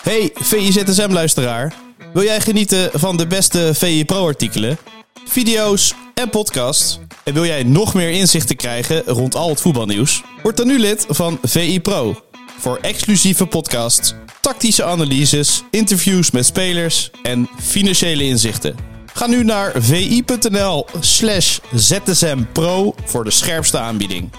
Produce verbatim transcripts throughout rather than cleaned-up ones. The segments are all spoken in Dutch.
Hey V I Z S M-luisteraar. Wil jij genieten van de beste V I Pro-artikelen, video's en podcasts? En wil jij nog meer inzichten krijgen rond al het voetbalnieuws? Word dan nu lid van V I Pro. Voor exclusieve podcasts, tactische analyses, interviews met spelers en financiële inzichten. Ga nu naar vi.nl slash zsmpro voor de scherpste aanbieding.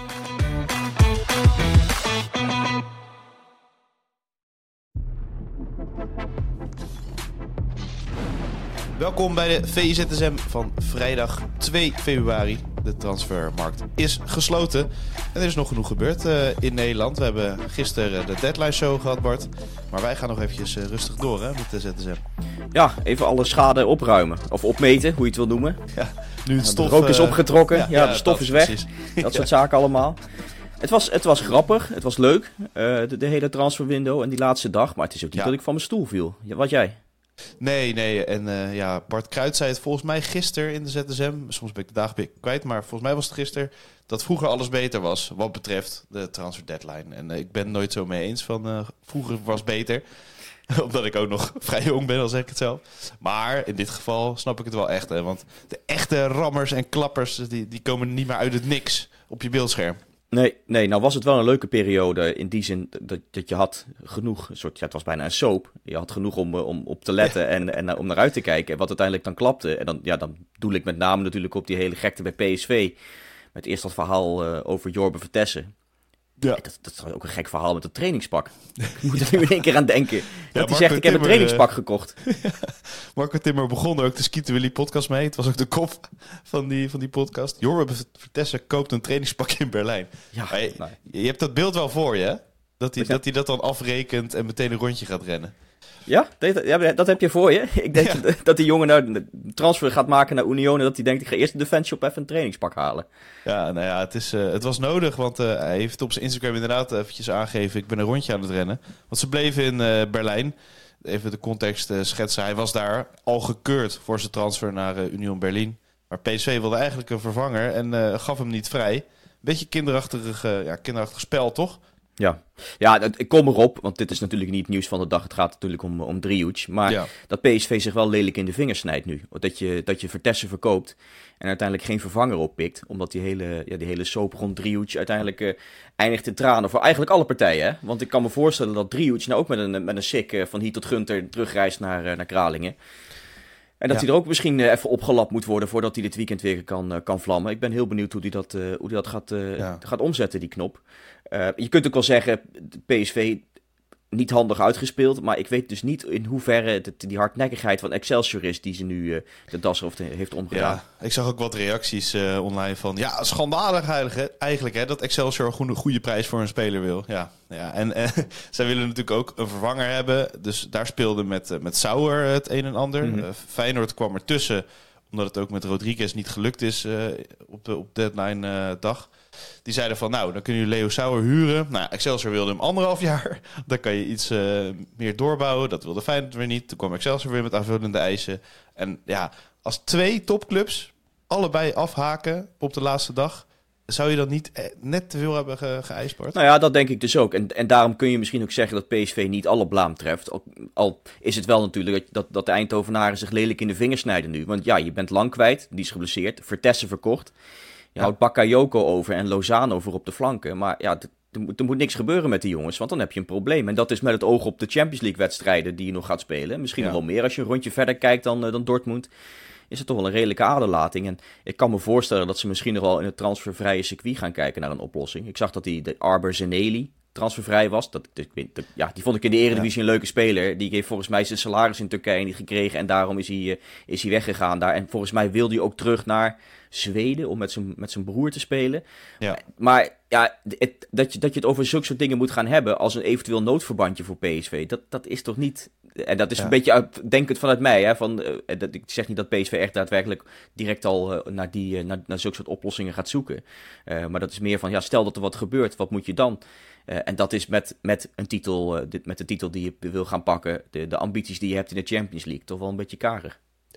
Welkom bij de V I Z S M van vrijdag twee februari. De transfermarkt is gesloten en er is nog genoeg gebeurd uh, in Nederland. We hebben gisteren de deadline show gehad, Bart. Maar wij gaan nog eventjes uh, rustig door hè, met de Z S M. Ja, even alle schade opruimen. Of opmeten, hoe je het wil noemen. Ja, nu het stof... De rook is opgetrokken, ja, ja, ja de stof dat, is weg. Precies. Dat ja. soort zaken allemaal. Het was, het was grappig, het was leuk, uh, de, de hele transferwindow en die laatste dag. Maar het is ook niet ja. dat ik van mijn stoel viel. Ja, wat jij? Nee, nee. En uh, ja, Bart Kruijt zei het volgens mij gisteren in de Z S M. Soms ben ik de dagen kwijt, maar volgens mij was het gisteren dat vroeger alles beter was wat betreft de transfer deadline. En uh, ik ben het nooit zo mee eens van uh, vroeger was beter. Omdat ik ook nog vrij jong ben, al zeg ik het zelf. Maar in dit geval snap ik het wel echt. Hè? Want de echte rammers en klappers, die, die komen niet meer uit het niks op je beeldscherm. Nee, nee, nou was het wel een leuke periode in die zin dat, dat je had genoeg, een soort, ja, het was bijna een soap. Je had genoeg om, om op te letten ja. en, en om naar uit te kijken. Wat uiteindelijk dan klapte. En dan, ja, dan doel ik met name natuurlijk op die hele gekte bij P S V. Met eerst dat verhaal uh, over Jorbe Vertessen. Ja. Dat, dat is ook een gek verhaal met een trainingspak. Ik moet er nu in één keer aan denken. Ja, dat hij zegt, ik heb een trainingspak uh, gekocht. Ja, Marco Timmer begon er ook de Skieten Willy podcast mee. Het was ook de kop van die, van die podcast. Jorbe Vertessen koopt een trainingspak in Berlijn. Ja, je, nee. je hebt dat beeld wel voor je, hè? Dat hij, dat hij dat dan afrekent en meteen een rondje gaat rennen. Ja, dat, dat heb je voor je. Ik denk ja. dat die jongen nou een transfer gaat maken naar Union en dat hij denkt, ik ga eerst in de fanshop even een trainingspak halen. Ja, nou ja, het, is, uh, het was nodig, want uh, hij heeft op zijn Instagram inderdaad eventjes aangegeven, ik ben een rondje aan het rennen. Want ze bleven in uh, Berlijn. Even de context uh, schetsen. Hij was daar al gekeurd voor zijn transfer naar uh, Union Berlin. Maar P S V wilde eigenlijk een vervanger en uh, gaf hem niet vrij. Beetje kinderachtig, uh, ja, kinderachtig spel, toch? Ja, ja, ik kom erop, want dit is natuurlijk niet het nieuws van de dag. Het gaat natuurlijk om, om Driehoets. Maar ja. dat P S V zich wel lelijk in de vingers snijdt nu. Dat je, dat je Vertessen verkoopt en uiteindelijk geen vervanger oppikt. Omdat die hele, ja, die hele soap rond Driehoets uiteindelijk uh, eindigt in tranen voor eigenlijk alle partijen. Hè? Want ik kan me voorstellen dat Driehoets nou ook met een, met een sik uh, van hier tot Gunter terugreist naar, uh, naar Kralingen. En dat ja. hij er ook misschien uh, even opgelapt moet worden voordat hij dit weekend weer kan, uh, kan vlammen. Ik ben heel benieuwd hoe hij dat, uh, hoe die dat gaat, uh, ja. gaat omzetten, die knop. Uh, je kunt ook wel zeggen, P S V niet handig uitgespeeld. Maar ik weet dus niet in hoeverre de, die hardnekkigheid van Excelsior is die ze nu uh, de das heeft omgedaan. Ja, ik zag ook wat reacties uh, online van, ja, schandalig eigenlijk, eigenlijk hè, dat Excelsior een goede prijs voor een speler wil. Ja, ja. En uh, zij willen natuurlijk ook een vervanger hebben. Dus daar speelde met, uh, met Sauer het een en ander. Mm-hmm. Uh, Feyenoord kwam ertussen, omdat het ook met Rodriguez niet gelukt is uh, op de op deadline uh, dag. Die zeiden van, nou, dan kunnen jullie Leo Sauer huren. Nou, Excelsior wilde hem anderhalf jaar. Dan kan je iets uh, meer doorbouwen. Dat wilde Feyenoord weer niet. Toen kwam Excelsior weer met aanvullende eisen. En ja, als twee topclubs allebei afhaken op de laatste dag, zou je dan niet net te veel hebben ge- geëist, Bart? Nou ja, dat denk ik dus ook. En, en daarom kun je misschien ook zeggen dat P S V niet alle blaam treft. Al, al is het wel natuurlijk dat, dat de Eindhovenaren zich lelijk in de vingers snijden nu. Want ja, je bent Lang kwijt, die is geblesseerd. Vertessen verkocht. Je houdt Bakayoko over en Lozano voor op de flanken. Maar ja, d- er, moet, er moet niks gebeuren met die jongens, want dan heb je een probleem. En dat is met het oog op de Champions League wedstrijden die je nog gaat spelen. Misschien ja. nog wel meer als je een rondje verder kijkt dan, uh, dan Dortmund. Is het toch wel een redelijke aderlating. En ik kan me voorstellen dat ze misschien nog wel in het transfervrije circuit gaan kijken naar een oplossing. Ik zag dat die de Arber Zeneli transfervrij was. Dat, dat, dat, ja, die vond ik in de Eredivisie ja. een leuke speler. Die heeft volgens mij zijn salaris in Turkije niet gekregen. En daarom is hij, uh, is hij weggegaan daar. En volgens mij wilde hij ook terug naar Zweden om met zijn, met zijn broer te spelen. Ja. Maar ja, het, dat, je, dat je het over zulke soort dingen moet gaan hebben als een eventueel noodverbandje voor P S V, dat, dat is toch niet... En dat is ja. een beetje uitdenkend vanuit mij. Hè, van, uh, dat, ik zeg niet dat P S V echt daadwerkelijk direct al uh, naar, die, uh, naar, naar zulke soort oplossingen gaat zoeken. Uh, maar dat is meer van, ja, stel dat er wat gebeurt, wat moet je dan? Uh, en dat is met, met een titel, uh, dit, met de titel die je wil gaan pakken, de, de ambities die je hebt in de Champions League, toch wel een beetje karig.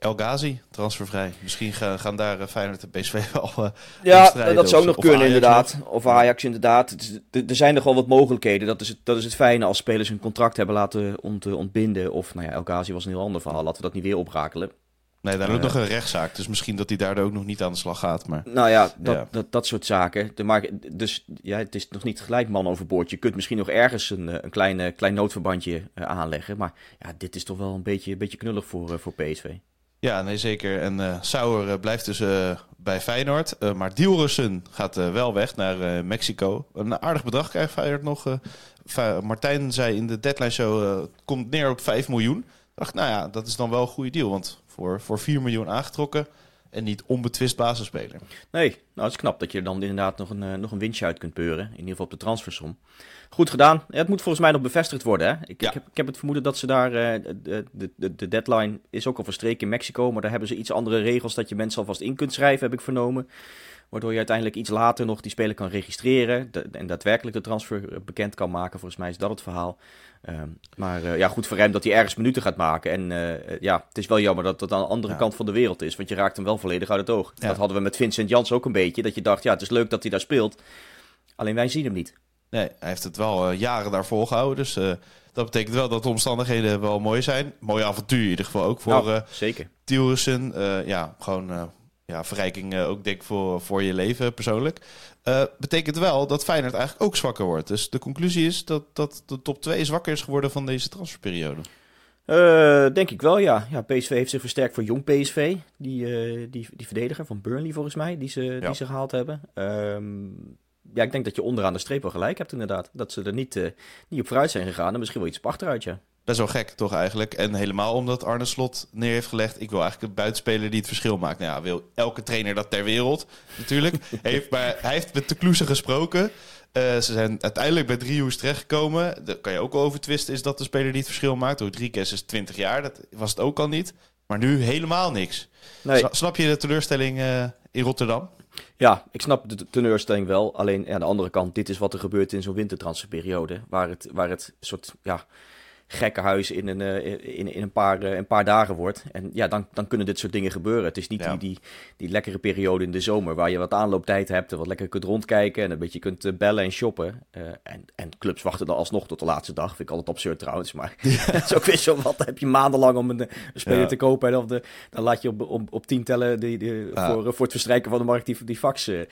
El Ghazi, transfervrij. Misschien gaan, gaan daar uh, Feyenoord en P S V wel uh, Ja, dat zou ook nog of kunnen Ajax inderdaad. nog. Of Ajax inderdaad. Het is, er, er zijn nog wel wat mogelijkheden. Dat is, het, dat is het fijne als spelers hun contract hebben laten ont, ontbinden. Of, nou ja, El Ghazi was een heel ander verhaal. Laten we dat niet weer oprakelen. Nee, daar loopt Uh, nog een rechtszaak. Dus misschien dat hij daardoor ook nog niet aan de slag gaat. Maar Nou ja, dat, Ja. Dat, dat soort zaken. De, maar, dus ja, het is nog niet gelijk man overboord. Je kunt misschien nog ergens een, eh, een klein, eh, klein noodverbandje uh, aanleggen. Maar ja, dit is toch wel een beetje, een beetje knullig voor, uh, voor P S V. ja, nee zeker. En uh, Sauer uh, blijft dus uh, bij Feyenoord. Uh, maar Dilrosun gaat uh, wel weg naar uh, Mexico. Een aardig bedrag krijgt Feyenoord nog. Uh, Fa- Martijn zei in de deadline show, uh, het komt neer op vijf miljoen. Ik dacht, nou ja, dat is dan wel een goede deal. Want voor, voor vier miljoen aangetrokken en niet onbetwist basisspeler. Nee, nou het is knap dat je er dan inderdaad nog een, uh, nog een winstje uit kunt peuren. In ieder geval op de transfersom. Goed gedaan. Ja, het moet volgens mij nog bevestigd worden. Hè? Ik, Ja. ik, heb, ik heb het vermoeden dat ze daar... Uh, de, de, de, de deadline is ook al verstreken in Mexico. Maar daar hebben ze iets andere regels dat je mensen alvast in kunt schrijven, heb ik vernomen. Waardoor je uiteindelijk iets later nog die speler kan registreren. De, en daadwerkelijk de transfer bekend kan maken. Volgens mij is dat het verhaal. Um, maar uh, ja, goed voor hem dat hij ergens minuten gaat maken. En uh, ja, het is wel jammer dat dat aan de andere Ja. kant van de wereld is. Want je raakt hem wel volledig uit het oog. Ja. Dat hadden we met Vincent Janssen ook een beetje. Dat je dacht, ja, het is leuk dat hij daar speelt. Alleen wij zien hem niet. Nee, hij heeft het wel uh, jaren daar volgehouden. Dus uh, dat betekent wel dat de omstandigheden wel mooi zijn. Mooi avontuur in ieder geval ook voor Nou, uh, zeker. Dilrosun. Uh, ja, gewoon uh, ja, verrijking uh, ook denk ik voor, voor je leven persoonlijk. Uh, betekent wel dat Feyenoord eigenlijk ook zwakker wordt. Dus de conclusie is dat, dat de top twee zwakker is geworden van deze transferperiode. Uh, denk ik wel, ja. ja. P S V heeft zich versterkt voor jong P S V. Die, uh, die, die verdediger van Burnley volgens mij, die ze, Ja. die ze gehaald hebben. Um, ja, ik denk dat je onderaan de streep wel gelijk hebt inderdaad. Dat ze er niet, uh, niet op vooruit zijn gegaan en misschien wel iets op achteruit, ja. Best wel gek toch eigenlijk. En helemaal omdat Arne Slot neer heeft gelegd, ik wil eigenlijk een buitenspeler die het verschil maakt. Nou ja, wil elke trainer dat ter wereld natuurlijk. heeft, maar hij heeft met de Kloeze gesproken. Uh, ze zijn uiteindelijk bij Driehoes terechtgekomen. Daar kan je ook over twisten, is dat de speler die het verschil maakt. Rodriguez is twintig jaar, dat was het ook al niet. Maar nu helemaal niks. Nee. Sna- snap je de teleurstelling uh, in Rotterdam? Ja, ik snap de teleurstelling wel. Alleen ja, aan de andere kant, dit is wat er gebeurt in zo'n wintertransferperiode. Waar het, waar het soort ja, gekkenhuis in een, uh, in, in een, paar, uh, een paar dagen wordt. En ja, dan, dan kunnen dit soort dingen gebeuren. Het is niet Ja. die, die, die lekkere periode in de zomer waar je wat aanlooptijd hebt en wat lekker kunt rondkijken en een beetje kunt uh, bellen en shoppen. Uh, en, en clubs wachten dan alsnog tot de laatste dag. Vind ik altijd absurd trouwens, maar dat is ook weer zo wat. Dan heb je maandenlang om een, een speler Ja. te kopen en dan, de, dan laat je op, op, op tien tellen die, die, Ja. voor, voor het verstrijken van de markt die, die fax uh,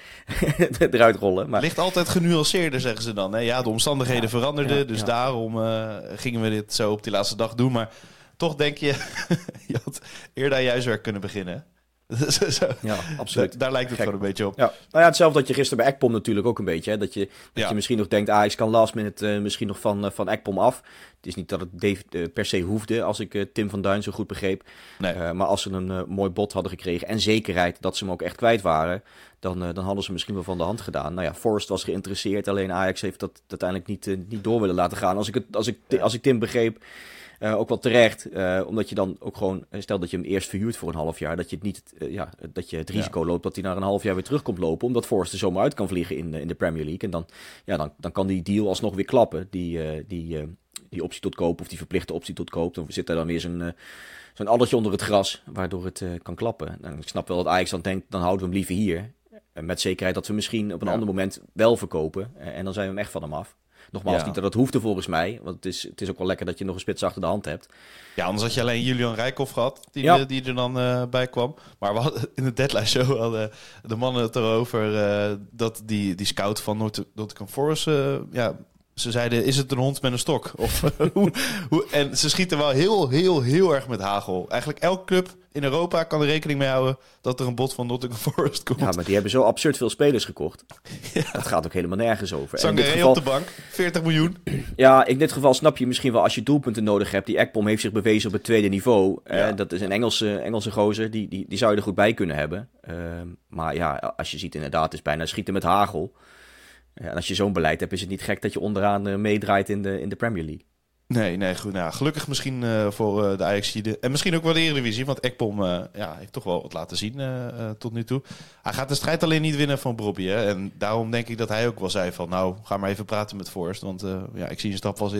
eruit rollen. Maar Ligt altijd genuanceerder, zeggen ze dan. Hè? Ja, de omstandigheden Ja, veranderden, ja, dus ja. daarom uh, gingen we dit zo op die laatste dag doen. Maar toch denk je, je had eerder aan je huiswerk kunnen beginnen. Zo. ja, absoluut. Da- daar lijkt het Gek. gewoon een beetje op. Ja, nou ja, hetzelfde dat je gisteren bij Ekpom natuurlijk ook een beetje. Hè? Dat, je, dat Ja. je misschien nog denkt, ah, ik kan last minute uh, misschien nog van, uh, van Ekpom af. Het is niet dat het Dave, uh, per se hoefde, als ik uh, Tim van Duin zo goed begreep. Nee. Uh, maar als ze een uh, mooi bod hadden gekregen en zekerheid dat ze hem ook echt kwijt waren, dan, uh, dan hadden ze misschien wel van de hand gedaan. Nou ja, Forrest was geïnteresseerd, alleen Ajax heeft dat uiteindelijk niet, uh, niet door willen laten gaan. Als ik, het, als ik, Ja. als ik Tim begreep, Uh, ook wel terecht, uh, omdat je dan ook gewoon, stel dat je hem eerst verhuurt voor een half jaar, dat je het niet, uh, ja, dat je het risico Ja. loopt dat hij na een half jaar weer terug komt lopen, omdat Forrest er zomaar uit kan vliegen in, uh, in de Premier League. En dan, ja, dan, dan kan die deal alsnog weer klappen, die, uh, die, uh, die optie tot koop of die verplichte optie tot koop. Dan zit er dan weer zo'n, uh, zo'n addertje onder het gras, waardoor het uh, kan klappen. En ik snap wel dat Ajax dan denkt, dan houden we hem liever hier. Uh, met zekerheid dat we misschien op een Ja. ander moment wel verkopen. Uh, en dan zijn we hem echt van hem af. Nogmaals, Ja. niet dat het hoefde volgens mij. Want het is, het is ook wel lekker dat je nog een spits achter de hand hebt. Ja, anders had je alleen Julian Rijkoff gehad, die, Ja. uh, die er dan uh, bij kwam. Maar we hadden, in de deadline show hadden de mannen het erover uh, dat die, die scout van Not- Nottingham Forest, uh, ja, ze zeiden, is het een hond met een stok? Of, hoe, hoe, en ze schieten wel heel, heel, heel erg met hagel. Eigenlijk elke club in Europa kan er rekening mee houden dat er een bod van Nottingham Forest komt. Ja, maar die hebben zo absurd veel spelers gekocht. Dat gaat ook helemaal nergens over. En in dit Sangaré geval, op de bank, veertig miljoen. ja, in dit geval snap je misschien wel als je doelpunten nodig hebt. Die Ekpom heeft zich bewezen op het tweede niveau. Ja. Eh, dat is een Engelse, Engelse gozer. Die, die, die zou je er goed bij kunnen hebben. Uh, maar ja, als je ziet inderdaad, het is bijna schieten met hagel. Ja, en als je zo'n beleid hebt, is het niet gek dat je onderaan uh, meedraait in de, in de Premier League. Nee, nee, goed. Nou, gelukkig misschien uh, voor uh, de Ajaxiden. En misschien ook wel de Eredivisie, want Ekpom uh, ja, heeft toch wel wat laten zien uh, uh, tot nu toe. Hij gaat de strijd alleen niet winnen van Brobby. Hè? En daarom denk ik dat hij ook wel zei van, nou, ga maar even praten met Forrest. Want uh, ja, ik zie een stap wel zitten.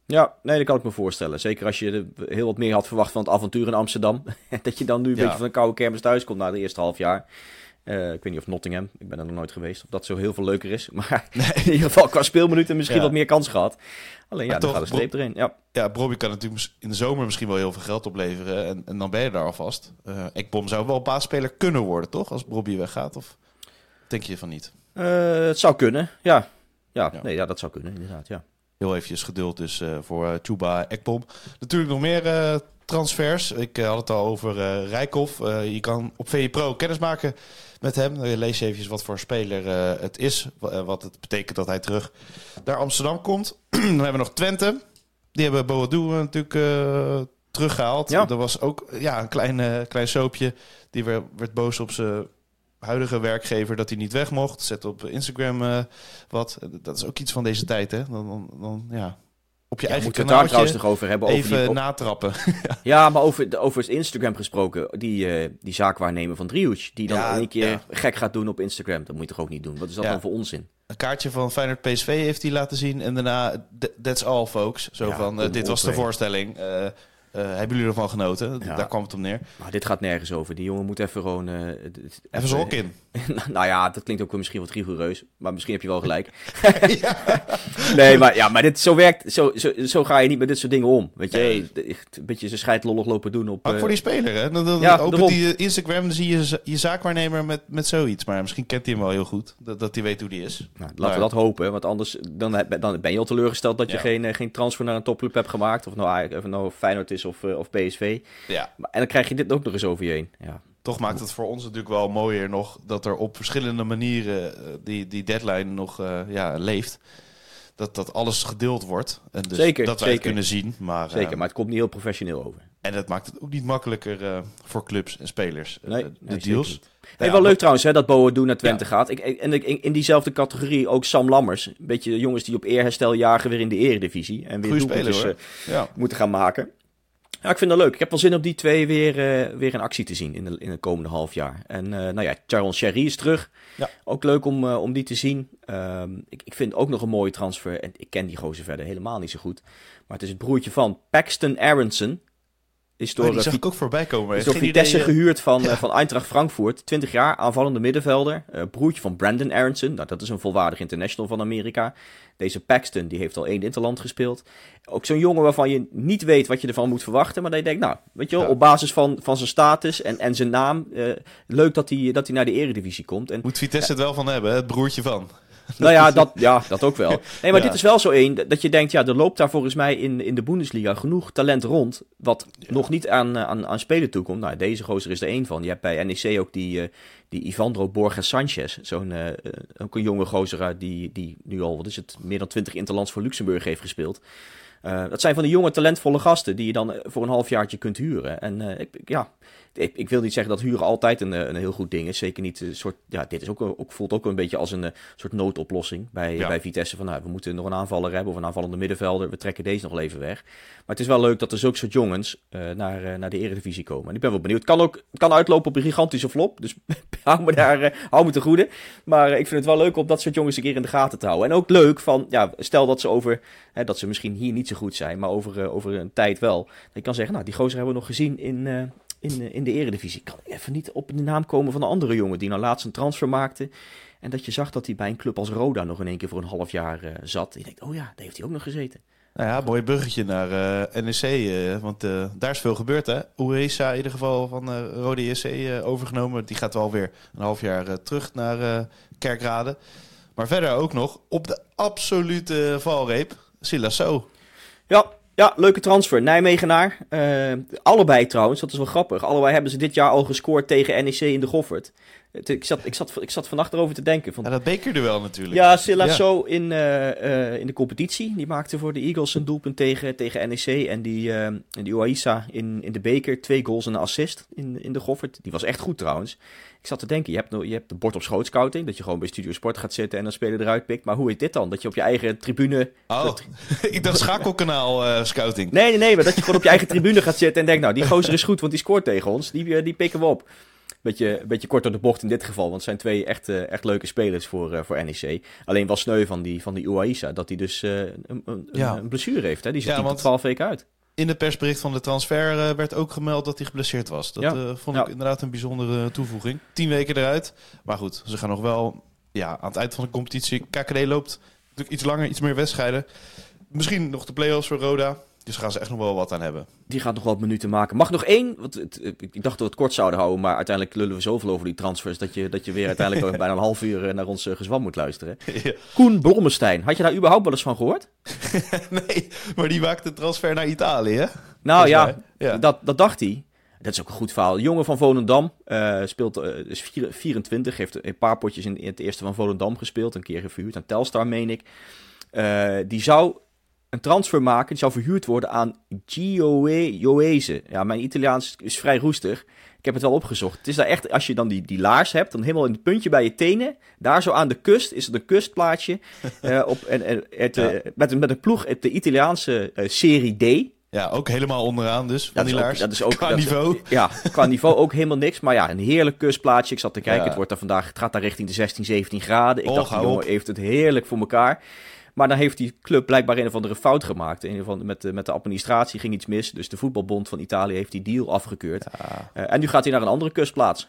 Ja, nee, dat kan ik me voorstellen. Zeker als je heel wat meer had verwacht van het avontuur in Amsterdam. Dat je dan nu een ja. beetje van een koude kermis thuis komt na de eerste half jaar. Uh, ik weet niet of Nottingham, ik ben er nog nooit geweest, of dat zo heel veel leuker is. Maar nee. in ieder geval qua speelminuten misschien ja. wat meer kans gehad. Alleen ja, maar dan toch, gaat de streep erin. Ja, ja Brobbey kan natuurlijk in de zomer misschien wel heel veel geld opleveren. En, en dan ben je daar alvast. Uh, Ekbom zou wel baasspeler kunnen worden, toch? Als Brobbey weggaat, of denk je van niet? Uh, het zou kunnen, ja. Ja, ja. Nee, ja, dat zou kunnen, inderdaad, ja. Heel eventjes geduld dus uh, voor uh, Chuba Ekbom. Natuurlijk nog meer uh, transfers. Ik uh, had het al over uh, Rijkoff. Uh, je kan op V E Pro kennis maken met hem. Uh, lees je eventjes wat voor speler uh, het is. Uh, wat het betekent dat hij terug naar Amsterdam komt. Dan hebben we nog Twente. Die hebben Boadou uh, natuurlijk uh, teruggehaald. Ja. Er was ook ja, een klein, uh, klein soapje. Die werd, werd boos op zijn huidige werkgever dat hij niet weg mocht. Zet op Instagram uh, wat. Dat is ook iets van deze tijd, hè? Dan, dan, dan ja... Op je ja, eigen kanaal trouwens nog over hebben. Even over die... natrappen. Ja, maar over, over het Instagram gesproken. Die, uh, die zaakwaarnemer van Driehoek. Die dan ja, in een keer ja. gek gaat doen op Instagram. Dat moet je toch ook niet doen? Wat is dat ja. dan voor onzin? Een kaartje van Feyenoord P S V heeft hij laten zien. En daarna, that's all folks. Zo ja, van, uh, dit was de voorstelling. Uh, Uh, hebben jullie ervan genoten? Ja. Daar kwam het om neer. Maar dit gaat nergens over. Die jongen moet even gewoon... Uh, even zijn hok in. Nou ja, dat klinkt ook misschien wat rigoureus. Maar misschien heb je wel gelijk. Nee, maar, ja, maar dit, zo werkt... Zo, zo, zo ga je niet met dit soort dingen om. Weet je, nee. Een beetje zijn scheidlollig lopen doen op... Ook uh... voor die speler, hè? Dan, dan ja, opent die Instagram, dan zie je je zaakwaarnemer met, met zoiets. Maar misschien kent hij hem wel heel goed. Dat, dat hij weet hoe die is. Nou, laten maar... we dat hopen. Want anders dan, dan ben je al teleurgesteld dat je ja. geen, geen transfer naar een topclub hebt gemaakt. Of nou, of nou Feyenoord is of, uh, of P S V. Ja. En dan krijg je dit ook nog eens over je heen. Ja. Toch maakt het voor ons natuurlijk wel mooier nog dat er op verschillende manieren uh, die, die deadline nog uh, ja, leeft. Dat, dat alles gedeeld wordt. En dus zeker, dat wij zeker. het kunnen zien. Maar, zeker, uh, maar het komt niet heel professioneel over. En dat maakt het ook niet makkelijker uh, voor clubs en spelers. Uh, nee, de nee, deals. Hey, ja, wel leuk trouwens hè, dat Boadou naar Twente ja. gaat. Ik, en in, in diezelfde categorie ook Sam Lammers. Een beetje jongens die op eerherstel jagen weer in de eredivisie. En weer doelpuntjes uh, ja. moeten gaan maken. Ja, ik vind dat leuk. Ik heb wel zin om die twee weer, uh, weer in actie te zien in, de, in het komende half jaar. En uh, nou ja, Charon Sherry is terug. Ja. Ook leuk om, uh, om die te zien. Um, ik, ik vind ook nog een mooie transfer. En ik ken die gozer verder helemaal niet zo goed. Maar het is het broertje van Paxton Aronson. Is door, oh, die zag ik ook voorbij komen. Is door Vitesse idee, gehuurd van, ja. uh, van Eintracht Frankfurt. twintig jaar, aanvallende middenvelder. Uh, broertje van Brandon Aronson. Nou, dat is een volwaardig international van Amerika. Deze Paxton, die heeft al één interland gespeeld. Ook zo'n jongen waarvan je niet weet wat je ervan moet verwachten. Maar dat je denkt, nou, weet je wel, ja. op basis van, van zijn status en, en zijn naam. Uh, leuk dat hij dat hij naar de eredivisie komt. En, moet Vitesse ja, het wel van hebben, het broertje van. Nou ja, dat, ja, dat ook wel. Nee, maar ja. dit is wel zo één dat je denkt, ja, er loopt daar volgens mij in, in de Bundesliga genoeg talent rond, wat ja. nog niet aan, aan, aan spelen toekomt. Nou, deze gozer is er één van. Je hebt bij N E C ook die, uh, die Ivandro Borja Sanchez, zo'n uh, ook een jonge gozer die, die nu al, wat is het, meer dan twintig interlands voor Luxemburg heeft gespeeld. Uh, dat zijn van die jonge, talentvolle gasten die je dan voor een halfjaartje kunt huren. En uh, ik, ja, ik, ik wil niet zeggen dat huren altijd een, een heel goed ding is. Zeker niet een soort, ja, dit is ook, ook, voelt ook een beetje als een uh, soort noodoplossing bij, ja. bij Vitesse. Van, nou, we moeten nog een aanvaller hebben of een aanvallende middenvelder. We trekken deze nog wel even weg. Maar het is wel leuk dat er zulke soort jongens uh, naar, uh, naar de Eredivisie komen. En ik ben wel benieuwd. Het kan ook het kan uitlopen op een gigantische flop. Dus hou me daar uh, hou me te goede. Maar uh, ik vind het wel leuk om dat soort jongens een keer in de gaten te houden. En ook leuk van, ja, stel dat ze over, hè, dat ze misschien hier niet zo goed zijn, maar over, uh, over een tijd wel. Dat je kan zeggen, nou, die gozer hebben we nog gezien in, uh, in, uh, in de Eredivisie. Kan ik even niet op de naam komen van een andere jongen die nou laatst een transfer maakte. En dat je zag dat hij bij een club als Roda nog in één keer voor een half jaar uh, zat. En je denkt, oh ja, daar heeft hij ook nog gezeten. Nou ja, mooi bruggetje naar uh, N E C, uh, want uh, daar is veel gebeurd, hè. Ouresa in ieder geval van uh, Rode J C uh, overgenomen. Die gaat wel weer een half jaar uh, terug naar uh, Kerkrade. Maar verder ook nog op de absolute valreep, Silas So. Ja, ja, leuke transfer. Nijmegenaar. Uh, allebei trouwens, dat is wel grappig. Allebei hebben ze dit jaar al gescoord tegen N E C in de Goffert. Ik zat, ik zat, ik zat vannacht erover te denken. Van... Ja, dat bekerduel natuurlijk. Ja, Silas So ja. in, uh, uh, in de competitie. Die maakte voor de Eagles een doelpunt tegen, tegen N E C. En die, uh, en die Ouaissa in, in de beker. Twee goals en een assist in, in de Goffert. Die was echt goed trouwens. Ik zat te denken, je hebt, je hebt de bord op schoot scouting. Dat je gewoon bij Studio Sport gaat zitten en dan spelen eruit pikt. Maar hoe heet dit dan? Dat je op je eigen tribune... Oh, dat... ik dacht schakelkanaal uh, scouting. Nee, nee, nee. Maar dat je gewoon op je eigen tribune gaat zitten en denkt, nou, die gozer is goed, want die scoort tegen ons. Die, die pikken we op. beetje, beetje kort door de bocht in dit geval. Want het zijn twee echt, uh, echt leuke spelers voor, uh, voor N E C. Alleen wel sneu van die, van die Ouaissa. Dat hij dus uh, een, een, ja. een blessure heeft. Hè? Die zit ja, tien tot twaalf weken uit. In het persbericht van de transfer uh, werd ook gemeld dat hij geblesseerd was. Dat ja. uh, vond ik ja. inderdaad een bijzondere toevoeging. Tien weken eruit. Maar goed, ze gaan nog wel ja, aan het eind van de competitie. K K D loopt natuurlijk iets langer, iets meer wedstrijden. Misschien nog de play-offs voor Roda. Dus gaan ze echt nog wel wat aan hebben. Die gaat nog wat minuten maken. Mag nog één? Want het, ik dacht dat we het kort zouden houden. Maar uiteindelijk lullen we zoveel over die transfers. Dat je, dat je weer uiteindelijk bijna een half uur naar ons uh, gezwam moet luisteren. Ja. Koen Blommestein. Had je daar überhaupt wel eens van gehoord? Nee, maar die maakte de transfer naar Italië, hè? Nou ja, ja. Dat, dat dacht hij. Dat is ook een goed verhaal. Jongen van Volendam. Uh, speelt, uh, is vierentwintig. Heeft een paar potjes in, in het eerste van Volendam gespeeld. Een keer geverhuurd aan Telstar, meen ik. Uh, die zou een transfer maken. Die zou verhuurd worden aan Gioese. Ja, mijn Italiaans is vrij roestig. Ik heb het wel opgezocht. Het is daar echt, als je dan die, die laars hebt, dan helemaal in het puntje bij je tenen. Daar zo aan de kust is het een kustplaatje. uh, op, en, en, het, ja. uh, met, met een ploeg uit de Italiaanse uh, Serie D. Ja, ook helemaal onderaan dus, van dat die laars. Ook, dat is ook, qua dat niveau. Is, ja, qua niveau ook helemaal niks. Maar ja, een heerlijk kustplaatje. Ik zat te kijken, ja. het, wordt daar vandaag, het gaat daar richting de zestien, zeventien graden. Ik oh, dacht, die jongen op. heeft het heerlijk voor elkaar. Maar dan heeft die club blijkbaar een of andere fout gemaakt. Een of andere, met, de, met de administratie ging iets mis. Dus de voetbalbond van Italië heeft die deal afgekeurd. Ja. Uh, en nu gaat hij naar een andere kustplaats.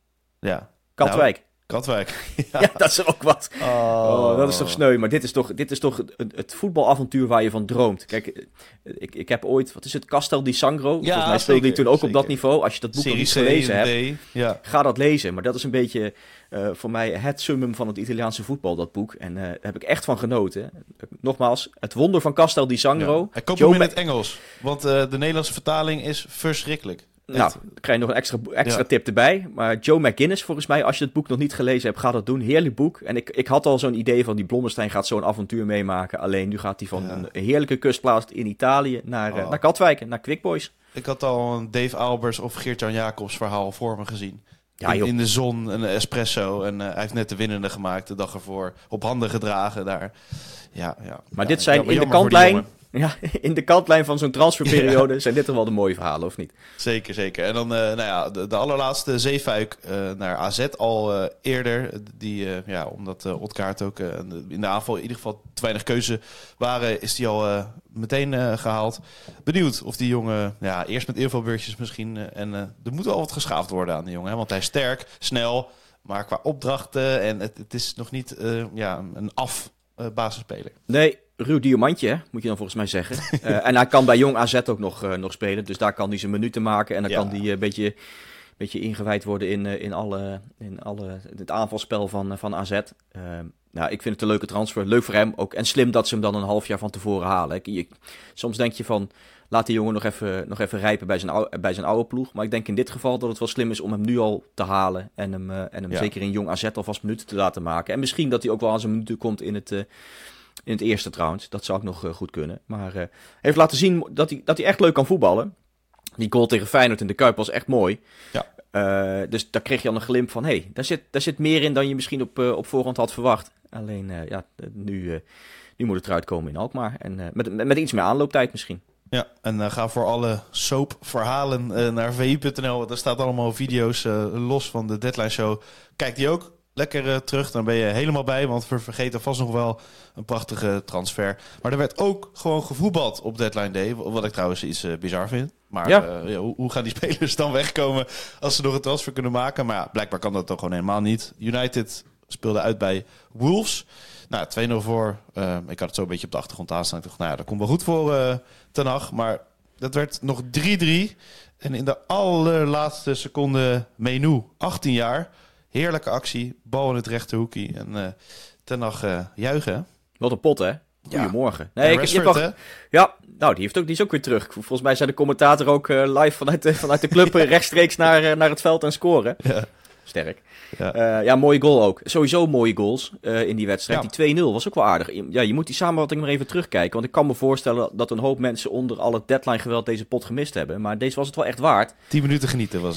Ja. Katwijk. Nou, Katwijk. Ja. ja, dat is ook wat. Oh. Oh, dat is toch sneu. Maar dit is toch, dit is toch het, het voetbalavontuur waar je van droomt. Kijk, ik, ik heb ooit, wat is het, Castel di Sangro? Ja, Volgens mij speelde ik toen ook zeker. op dat niveau. Als je dat boek nog niet gelezen hebt, ja. ga dat lezen. Maar dat is een beetje uh, voor mij het summum van het Italiaanse voetbal, dat boek. En uh, daar heb ik echt van genoten. Nogmaals, het wonder van Castel di Sangro. Ja. Koop hem in het Engels, want uh, de Nederlandse vertaling is verschrikkelijk. Nou, dan krijg je nog een extra, extra ja. tip erbij. Maar Joe McGuinness, volgens mij, als je het boek nog niet gelezen hebt, ga dat doen. Heerlijk boek. En ik, ik had al zo'n idee van die Blommestein gaat zo'n avontuur meemaken. Alleen nu gaat hij van ja. een heerlijke kustplaats in Italië naar, oh. uh, naar Katwijk, naar Quick Boys. Ik had al een Dave Albers of Geert-Jan Jacobs verhaal voor me gezien. Ja, in, in de zon, een espresso. En uh, hij heeft net de winnende gemaakt de dag ervoor. Op handen gedragen daar. Ja, ja. Maar ja, dit zijn in de kantlijn... Ja, in de kantlijn van zo'n transferperiode ja. zijn dit toch wel de mooie verhalen, of niet? Zeker, zeker. En dan uh, nou ja, de, de allerlaatste zeefuik uh, naar A Z al uh, eerder. Die, uh, ja, omdat uh, Otkaart ook uh, in de aanval in ieder geval te weinig keuze waren, is die al uh, meteen uh, gehaald. Benieuwd of die jongen, ja, eerst met invalbeurtjes misschien. Uh, en uh, er moet wel wat geschaafd worden aan die jongen. Hè, want hij is sterk, snel, maar qua opdrachten en het, het is nog niet uh, ja, een af uh, basisspeler. Nee. Ruw diamantje, hè, moet je dan volgens mij zeggen. uh, en hij kan bij Jong A Z ook nog, uh, nog spelen. Dus daar kan hij zijn minuten maken. En dan ja. kan hij een uh, beetje, beetje ingewijd worden in, uh, in, alle, in alle, het aanvalspel van, uh, van A Z. Uh, nou, ik vind het een leuke transfer. Leuk voor hem ook. En slim dat ze hem dan een half jaar van tevoren halen. Ik, je, soms denk je van, laat die jongen nog even, nog even rijpen bij zijn, oude, bij zijn oude ploeg. Maar ik denk in dit geval dat het wel slim is om hem nu al te halen. En hem, uh, en hem ja. zeker in Jong A Z alvast minuten te laten maken. En misschien dat hij ook wel aan zijn minuten komt in het... Uh, In het eerste trouwens, dat zou ook nog uh, goed kunnen. Maar uh, heeft laten zien dat hij, dat hij echt leuk kan voetballen. Die goal tegen Feyenoord in de Kuip was echt mooi. Ja. Uh, dus daar kreeg je al een glimp van... hé, hey, daar, zit, daar zit meer in dan je misschien op, uh, op voorhand had verwacht. Alleen, uh, ja, nu, uh, nu moet het eruit komen in Alkmaar. En uh, met, met, met iets meer aanlooptijd misschien. Ja, en uh, ga voor alle soapverhalen uh, naar v i punt n l. Want daar staat allemaal video's uh, los van de Deadline Show. Kijk die ook. Lekker uh, terug, dan ben je helemaal bij. Want we vergeten vast nog wel een prachtige transfer. Maar er werd ook gewoon gevoetbald op Deadline Day. Wat ik trouwens iets uh, bizar vind. Maar ja. Uh, ja, hoe, hoe gaan die spelers dan wegkomen als ze nog een transfer kunnen maken? Maar ja, blijkbaar kan dat toch gewoon helemaal niet. United speelde uit bij Wolves. Nou, twee nul voor. Uh, ik had het zo een beetje op de achtergrond aanstaan. Ik dacht, nou ja, dat komt wel goed voor uh, Ten Hag. Maar dat werd nog drie drie. En in de allerlaatste seconde Menu, achttien jaar... Heerlijke actie, bal in het rechterhoekie en uh, Ten Hag uh, juichen. Wat een pot, hè? Goedemorgen. Ja. Nee, ik, je mag, ja, nou, die, heeft ook, die is ook weer terug. Volgens mij zei de commentator ook uh, live vanuit de, vanuit de club rechtstreeks naar, uh, naar het veld en scoren. Ja. Sterk. Ja. Uh, ja, mooie goal ook. Sowieso mooie goals uh, in die wedstrijd. Ja. Die twee nul was ook wel aardig. Ja, je moet die samenvatting maar even terugkijken. Want ik kan me voorstellen dat een hoop mensen onder al het deadline geweld deze pot gemist hebben. Maar deze was het wel echt waard. Tien minuten genieten was het.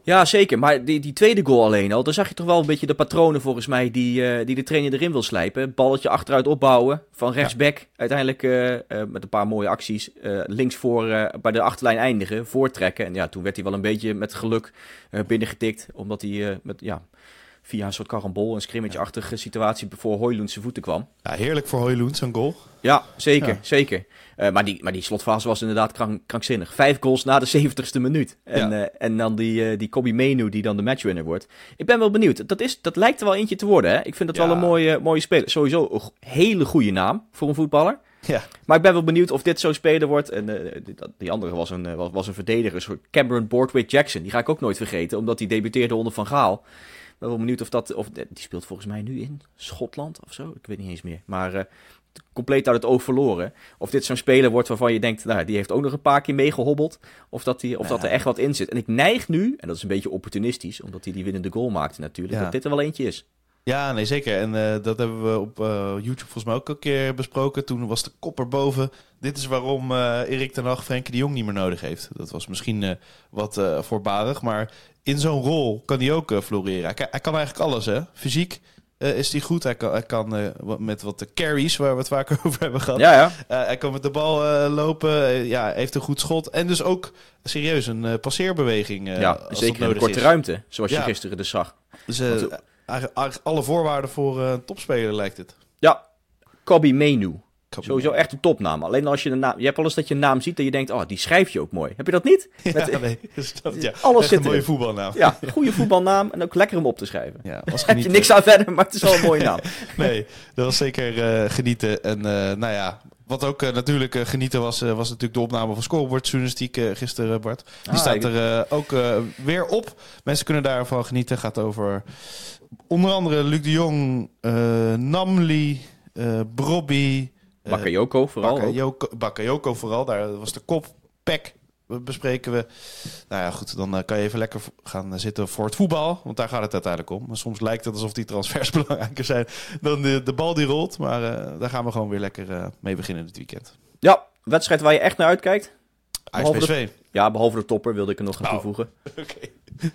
Ja, zeker. Maar die, die tweede goal alleen al, daar zag je toch wel een beetje de patronen volgens mij die, uh, die de trainer erin wil slijpen. Balletje achteruit opbouwen, van rechtsback. Ja. Uiteindelijk uh, uh, met een paar mooie acties. Uh, links voor uh, bij de achterlijn eindigen, voortrekken. En ja, toen werd hij wel een beetje met geluk uh, binnengetikt. Omdat hij uh, met, ja, via een soort karambol, een scrimmage-achtige situatie voor Højlund zijn voeten kwam. Ja, heerlijk voor Højlund, zo'n goal. Ja, zeker, ja. zeker. Uh, maar, die, maar die slotfase was inderdaad krank, krankzinnig. Vijf goals na de zeventigste minuut. En, ja. uh, en dan die, uh, die Kobbie Mainoo die dan de matchwinner wordt. Ik ben wel benieuwd. Dat, is, dat lijkt er wel eentje te worden. Hè? Ik vind dat ja. wel een mooie, mooie speler. Sowieso een hele goede naam voor een voetballer. Ja. Maar ik ben wel benieuwd of dit zo'n speler wordt. En uh, die, die andere was een, was, was een verdediger. Een soort Cameron Borthwick-Jackson. Die ga ik ook nooit vergeten. Omdat hij debuteerde onder Van Gaal. Ik ben wel benieuwd of dat... Of, die speelt volgens mij nu in Schotland of zo. Ik weet niet eens meer. Maar... Uh, compleet uit het oog verloren. Of dit zo'n speler wordt waarvan je denkt, nou, die heeft ook nog een paar keer meegehobbeld. Of dat, die, of ja. dat er echt wat in zit. En ik neig nu, en dat is een beetje opportunistisch, omdat hij die winnende goal maakte natuurlijk, ja. dat dit er wel eentje is. Ja, nee, zeker. En uh, dat hebben we op uh, YouTube volgens mij ook een keer besproken. Toen was de kop erboven. Dit is waarom uh, Erik ten Hag Frenkie de Jong niet meer nodig heeft. Dat was misschien uh, wat uh, voorbarig, maar in zo'n rol kan hij ook uh, floreren. Hij kan, hij kan eigenlijk alles, hè. Fysiek. Uh, is die goed? Hij kan, hij kan uh, met wat de carries, waar we het vaker over hebben gehad. Ja, ja. Uh, hij kan met de bal uh, lopen. Uh, ja, heeft een goed schot. En dus ook serieus een uh, passeerbeweging. Uh, ja, zeker in de korte is. ruimte, zoals ja. je gisteren dus zag. Dus uh, Want, eigenlijk alle voorwaarden voor uh, een topspeler lijkt het. Ja, Kobbie Mainoo. Sowieso echt een topnaam. Alleen als je de naam... Je hebt wel eens dat je een naam ziet en je denkt... Oh, die schrijf je ook mooi. Heb je dat niet? Ja, Met, nee. Dat, ja. Alles echt zit een mooie erin. voetbalnaam. Ja, een goede voetbalnaam. En ook lekker om op te schrijven. Ja, was heb je niks aan verder, maar het is wel een mooie naam. Nee, dat was zeker uh, genieten. En uh, nou ja... Wat ook uh, natuurlijk uh, genieten was, uh, was natuurlijk de opname van Scoreboard-journalistiek uh, gisteren, Bart. Die ah, staat er uh, ook uh, weer op. Mensen kunnen daarvan genieten. Gaat over onder andere Luc de Jong, uh, Namli, uh, Brobby... Uh, Bakayoko vooral. Bakayoko, Bakayoko vooral, daar was de kop. Pek bespreken we. Nou ja, goed, dan uh, kan je even lekker gaan zitten voor het voetbal. Want daar gaat het uiteindelijk om. Maar soms lijkt het alsof die transfers belangrijker zijn dan de, de bal die rolt. Maar uh, daar gaan we gewoon weer lekker uh, mee beginnen dit weekend. Ja, wedstrijd waar je echt naar uitkijkt. Ajax P S V. Ja, behalve de topper wilde ik er nog aan oh. toevoegen. Oké. Okay.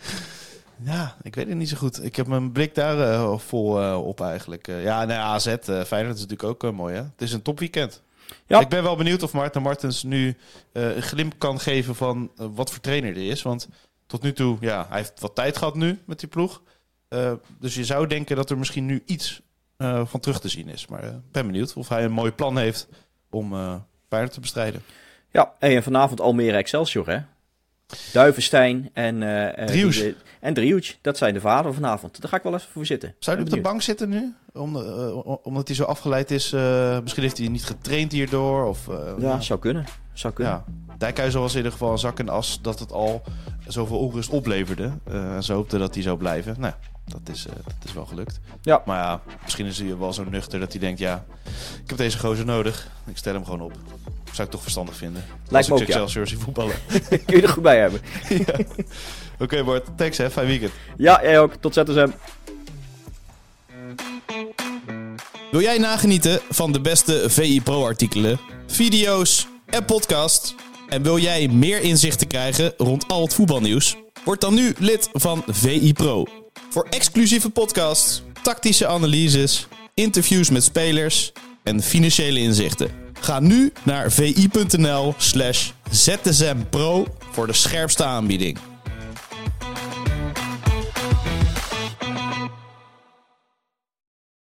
Ja, ik weet het niet zo goed. Ik heb mijn blik daar uh, vol uh, op eigenlijk. Uh, ja, nee, A Z, uh, Feyenoord is natuurlijk ook uh, mooi, hè? Het is een topweekend. Ja. Ik ben wel benieuwd of Maarten Martens nu uh, een glimp kan geven van uh, wat voor trainer hij is. Want tot nu toe, ja, hij heeft wat tijd gehad nu met die ploeg. Uh, dus je zou denken dat er misschien nu iets uh, van terug te zien is. Maar ik uh, ben benieuwd of hij een mooi plan heeft om uh, Feyenoord te bestrijden. Ja, en vanavond Almere Excelsior, hè? Duivenstein en uh, Driehoes. En Driehoes, dat zijn de vader vanavond. Daar ga ik wel even voor zitten. Zou hij op de bank zitten nu? Om, uh, omdat hij zo afgeleid is. Uh, misschien heeft hij niet getraind hierdoor. Of, uh, ja, ja, zou kunnen. Zou kunnen. Ja. Dijkhuizen was in ieder geval een zak en as dat het al zoveel onrust opleverde. Uh, ze hoopten dat hij zou blijven. Nou, dat is, uh, dat is wel gelukt. Ja. Maar ja, misschien is hij wel zo nuchter dat hij denkt... ja, ik heb deze gozer nodig. Ik stel hem gewoon op. Zou ik toch verstandig vinden. Lijkt me ook, Excelsior ja. voetballen. Kun je er goed bij hebben. Ja. Oké, okay, Bart. Thanks, hè. Fijn weekend. Ja, jij ook. Tot Z S M. Wil jij nagenieten van de beste V I Pro-artikelen, video's en podcasts? En wil jij meer inzichten krijgen rond al het voetbalnieuws? Word dan nu lid van V I Pro. Voor exclusieve podcasts, tactische analyses, interviews met spelers en financiële inzichten. Ga nu naar vi.nl slash zsmpro voor de scherpste aanbieding.